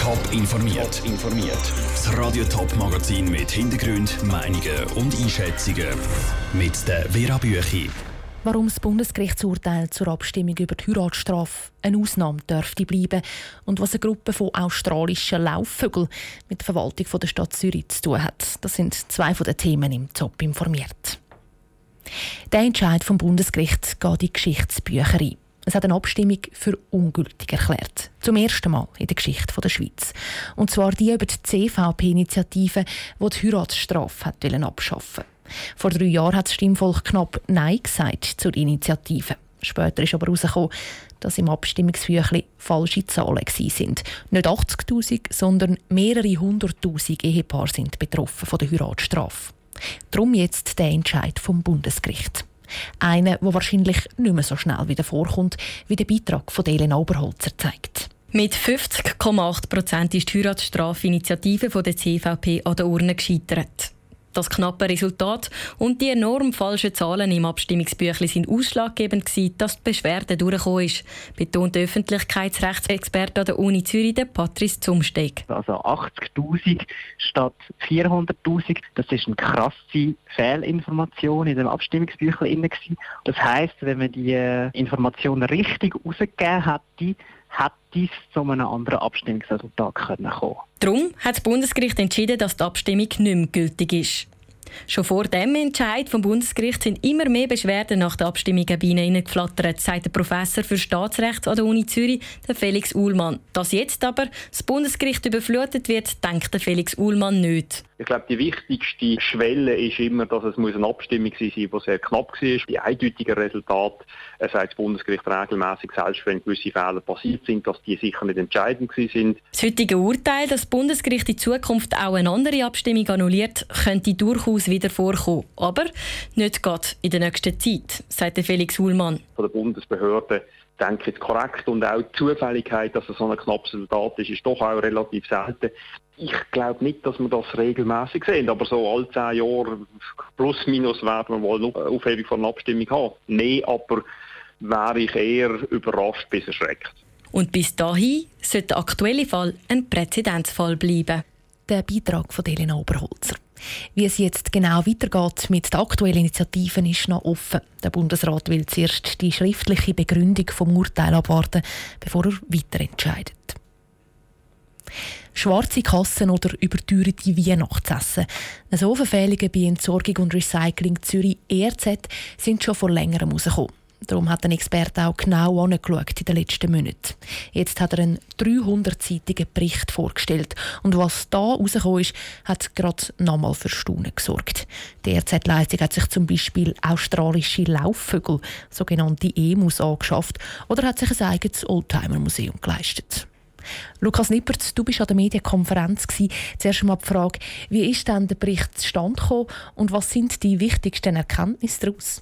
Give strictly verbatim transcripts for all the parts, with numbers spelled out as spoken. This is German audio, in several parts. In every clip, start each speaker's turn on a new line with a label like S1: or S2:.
S1: Top informiert. informiert. Das Radio Top Magazin mit Hintergrund, Meinungen und Einschätzungen mit der Vera Büchi.
S2: Warum das Bundesgerichtsurteil zur Abstimmung über die Heiratsstrafe eine Ausnahme dürfte bleiben und was eine Gruppe von australischen Laufvögeln mit der Verwaltung der Stadt Zürich zu tun hat. Das sind zwei von den Themen im Top informiert. Der Entscheid vom Bundesgericht geht in die Geschichtsbücher ein. Es hat eine Abstimmung für ungültig erklärt. Zum ersten Mal in der Geschichte der Schweiz. Und zwar die über die C V P-Initiative, die die Heiratsstrafe hat abschaffen wollte. Vor drei Jahren hat das Stimmvolk knapp Nein gesagt zur Initiative. Später ist aber herausgekommen, dass im Abstimmungsbüchlein falsche Zahlen waren. Nicht achtzigtausend, sondern mehrere hunderttausend Ehepaare sind betroffen von der Heiratsstrafe. Darum jetzt der Entscheid vom Bundesgericht. Einer, der wahrscheinlich nicht mehr so schnell wieder vorkommt, wie der Beitrag von Elena Oberholzer zeigt.
S3: Mit fünfzig Komma acht Prozent ist die Heiratsstrafinitiative der C V P an der Urne gescheitert. Das knappe Resultat und die enorm falschen Zahlen im Abstimmungsbüchlein sind ausschlaggebend gewesen, dass die Beschwerde durchgekommen ist, betont der Öffentlichkeitsrechtsexperte an der Uni Zürich, der Patrice Zumsteg.
S4: Also achtzigtausend statt vierhunderttausend, das ist eine krasse Fehlinformation in dem Abstimmungsbüchlein. Das heisst, wenn man die Informationen richtig herausgegeben hätte, hätte es zu einem anderen Abstimmungsresultat kommen können.
S3: Darum hat das Bundesgericht entschieden, dass die Abstimmung nicht mehr gültig ist. Schon vor dem Entscheid vom Bundesgericht sind immer mehr Beschwerden nach der Abstimmung bei ihnen geflattert, sagt der Professor für Staatsrecht an der Uni Zürich, der Felix Uhlmann. Dass jetzt aber das Bundesgericht überflutet wird, denkt der Felix Uhlmann nicht.
S5: Ich glaube, die wichtigste Schwelle ist immer, dass es eine Abstimmung sein muss, die sehr knapp war. Die eindeutigen Resultate, äh, sagt das Bundesgericht regelmäßig, selbst wenn gewisse Fehler passiert sind, dass die sicher nicht entscheidend sind.
S3: Das heutige Urteil, dass das Bundesgericht in Zukunft auch eine andere Abstimmung annulliert, könnte durchaus wieder vorkommen. Aber nicht gerade in der nächsten Zeit, sagt Felix Uhlmann.
S5: Von der Bundesbehörde denke ich korrekt und auch die Zufälligkeit, dass es so ein knappes Resultat ist, ist doch auch relativ selten. Ich glaube nicht, dass wir das regelmäßig sehen, aber so alle zehn Jahre plus minus werden wir wohl eine Aufhebung von einer Abstimmung haben. Nein, aber wäre ich eher überrascht bis erschreckt.
S3: Und bis dahin sollte der aktuelle Fall ein Präzedenzfall bleiben.
S2: Der Beitrag von Elena Oberholzer. Wie es jetzt genau weitergeht mit den aktuellen Initiativen ist noch offen. Der Bundesrat will zuerst die schriftliche Begründung vom Urteil abwarten, bevor er weiter entscheidet. Schwarze Kassen oder überteuerte Weihnachtsessen. So Verfehlungen bei Entsorgung und Recycling Zürich E R Z sind schon vor längerem herausgekommen. Darum hat ein Experte auch genau angeschaut in den letzten Monaten. Jetzt hat er einen dreihundertseitigen Bericht vorgestellt. Und was da rausgekommen ist, hat gerade nochmal für Staunen gesorgt. Die E R Z-Leistung hat sich zum Beispiel australische Laufvögel, sogenannte Emus, angeschafft oder hat sich ein eigenes Oldtimer-Museum geleistet. Lukas Nippert, du warst an der Medienkonferenz. Zuerst einmal die Frage, wie ist denn der Bericht zustande gekommen und was sind die wichtigsten Erkenntnisse daraus?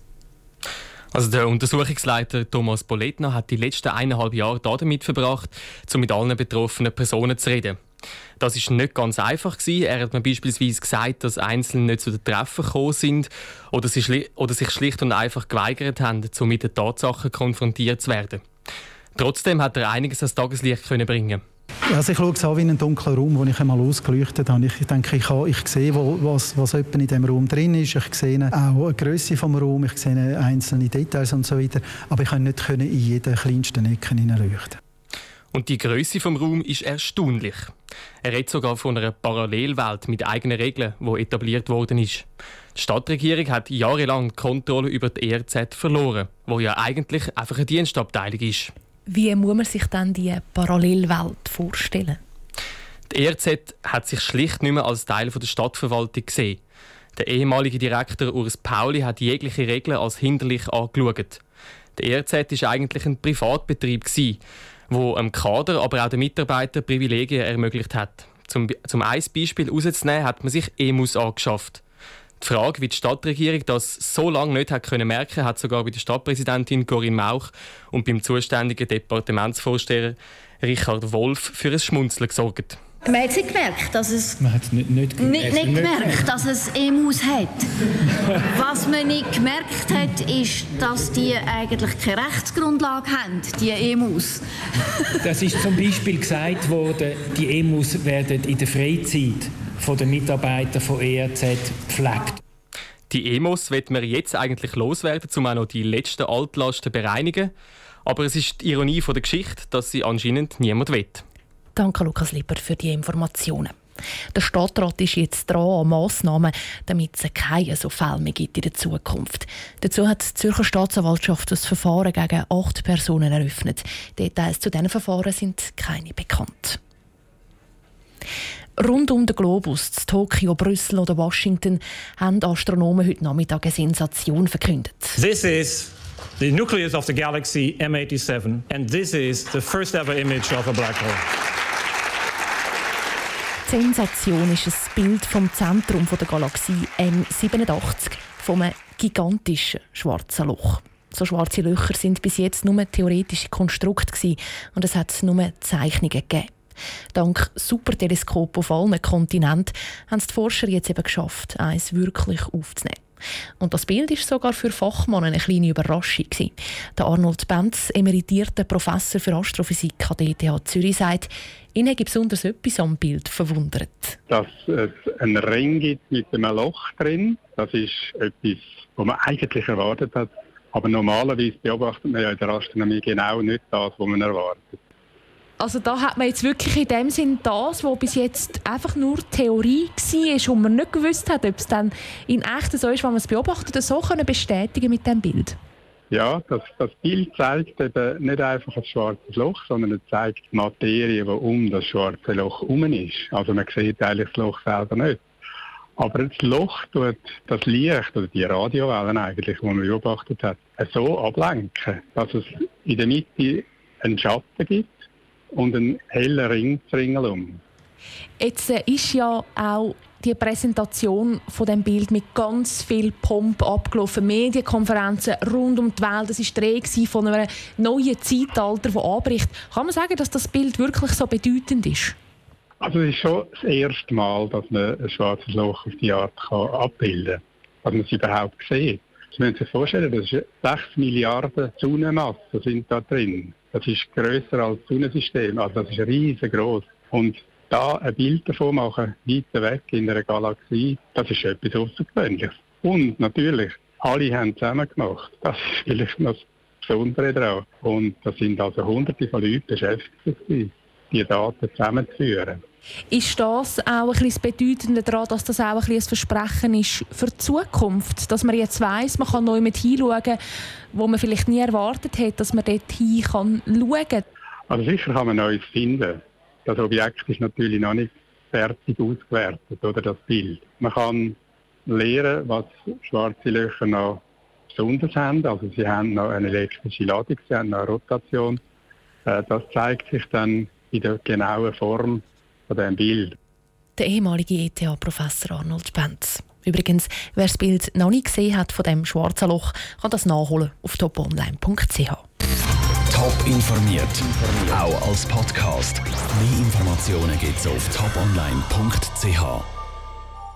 S6: Also der Untersuchungsleiter Thomas Boletner hat die letzten eineinhalb Jahre damit verbracht, um mit allen betroffenen Personen zu reden. Das war nicht ganz einfach. Er hat mir beispielsweise gesagt, dass Einzelne nicht zu den Treffen gekommen sind oder, sie schli- oder sich schlicht und einfach geweigert haben, um mit den Tatsachen konfrontiert zu werden. Trotzdem hat er einiges ans Tageslicht bringen.
S7: Also ich schaue es an wie einen dunklen Raum, den ich einmal ausgeleuchtet habe. Ich denke, ich, habe, ich sehe, wo, was, was in diesem Raum drin ist. Ich sehe auch die Grösse des Raums, ich sehe einzelne Details und so weiter. Aber ich kann nicht in jede kleinste Ecke hineinleuchten.
S6: Und die Grösse des Raums ist erstaunlich. Er redet sogar von einer Parallelwelt mit eigenen Regeln, die etabliert worden ist. Die Stadtregierung hat jahrelang die Kontrolle über die E R Z verloren, wo ja eigentlich einfach eine Dienstabteilung ist.
S2: Wie muss man sich dann die Parallelwelt vorstellen?
S6: Die E R Z hat sich schlicht nicht mehr als Teil der Stadtverwaltung gesehen. Der ehemalige Direktor Urs Pauli hat jegliche Regeln als hinderlich angeschaut. Die E R Z war eigentlich ein Privatbetrieb, der dem Kader, aber auch den Mitarbeitern Privilegien ermöglicht hat. Zum, zum ein Beispiel herauszunehmen, hat man sich Emus angeschafft. Die Frage, wie die Stadtregierung das so lange nicht hat können merken, hat sogar bei der Stadtpräsidentin Corinne Mauch und beim zuständigen Departementsvorsteher Richard Wolf für ein Schmunzeln gesorgt.
S8: Man hat es nicht gemerkt, dass es...
S9: Man hat es nicht, nicht,
S8: nicht, nicht gemerkt, dass es E M Us hat. Was man nicht gemerkt hat, ist, dass die eigentlich keine Rechtsgrundlage haben, die E M Us.
S9: Das ist zum Beispiel gesagt worden, die E M Us werden in der Freizeit von den Mitarbeitern von E R Z gepflegt.
S6: Die E M Us wird man jetzt eigentlich loswerden, um auch noch die letzten Altlasten zu bereinigen. Aber es ist die Ironie der Geschichte, dass sie anscheinend niemand will.
S2: Danke, Lukas Lieber, für die Informationen. Der Stadtrat ist jetzt dran an Massnahmen, damit es keine so Fälle mehr gibt in der Zukunft. Dazu hat die Zürcher Staatsanwaltschaft das Verfahren gegen acht Personen eröffnet. Details zu diesen Verfahren sind keine bekannt. Rund um den Globus, in Tokio, Brüssel oder Washington, haben Astronomen heute Nachmittag eine Sensation verkündet.
S10: This is the nucleus of the galaxy M eighty-seven and this is the first ever image of a black hole.
S2: Die Sensation ist ein Bild vom Zentrum der Galaxie M siebenundachtzig, vom gigantischen schwarzen Loch. So schwarze Löcher sind bis jetzt nur theoretische Konstrukte gewesen und es hat nur Zeichnungen gegeben. Dank Superteleskopen auf allen Kontinenten haben es die Forscher jetzt eben geschafft, eins wirklich aufzunehmen. Und das Bild war sogar für Fachmann eine kleine Überraschung. Der Arnold Benz, emeritierter Professor für Astrophysik an der E T H Zürich, sagt, ihn hat besonders etwas am Bild verwundert.
S11: Dass es einen Ring gibt mit einem Loch drin, das ist etwas, was man eigentlich erwartet hat. Aber normalerweise beobachtet man ja in der Astronomie genau nicht das, was man erwartet.
S12: Also da hat man jetzt wirklich in dem Sinn das, was bis jetzt einfach nur Theorie war und man nicht gewusst hat, ob es dann in echt so ist, was man es beobachtet, so können bestätigen mit dem Bild.
S11: Ja, das, das Bild zeigt eben nicht einfach ein schwarzes Loch, sondern es zeigt die Materie, die um das schwarze Loch herum ist. Also man sieht eigentlich das Loch selber nicht. Aber das Loch tut das Licht, oder die Radiowellen eigentlich, die man beobachtet hat, so ablenken, dass es in der Mitte einen Schatten gibt und einen hellen Ring ringsherum.
S12: Jetzt äh, ist ja auch die Präsentation von dem Bild mit ganz viel Pomp abgelaufen. Medienkonferenzen rund um die Welt. Das war die Rede von einem neuen Zeitalter, das anbricht. Kann man sagen, dass das Bild wirklich so bedeutend ist?
S11: Also es ist schon das erste Mal, dass man ein schwarzes Loch auf die Art kann abbilden kann, dass man es überhaupt sieht. Sie müssen sich vorstellen, das ist sechs Milliarden Sonnenmassen sind da drin. Das ist grösser als das Sonnensystem, also das ist riesengroß. Und da ein Bild davon machen, weiter weg in einer Galaxie, das ist etwas Außergewöhnliches. Und natürlich, alle haben zusammen gemacht. Das ist vielleicht noch das Besondere daran. Und da sind also hunderte von Leuten beschäftigt, die Daten zusammenzuführen.
S12: Ist das auch ein bisschen das Bedeutende daran, dass das auch ein, bisschen ein Versprechen ist für die Zukunft? Dass man jetzt weiss, man kann neu mit hinschauen, wo man vielleicht nie erwartet hat, dass man dort hin kann schauen kann?
S11: Also sicher kann man Neues finden. Das Objekt ist natürlich noch nicht fertig ausgewertet, oder das Bild. Man kann lernen, was schwarze Löcher noch besonders haben. Also sie haben noch eine elektrische Ladung, sie haben noch eine Rotation. Das zeigt sich dann in der genauen Form von diesem Bild.
S2: Der ehemalige E T H-Professor Arnold Benz. Übrigens, wer das Bild noch nicht gesehen hat von dem schwarzen Loch, kann das nachholen auf top online punkt c h.
S1: Top informiert, auch als Podcast. Mehr Informationen gibt es auf top online punkt c h.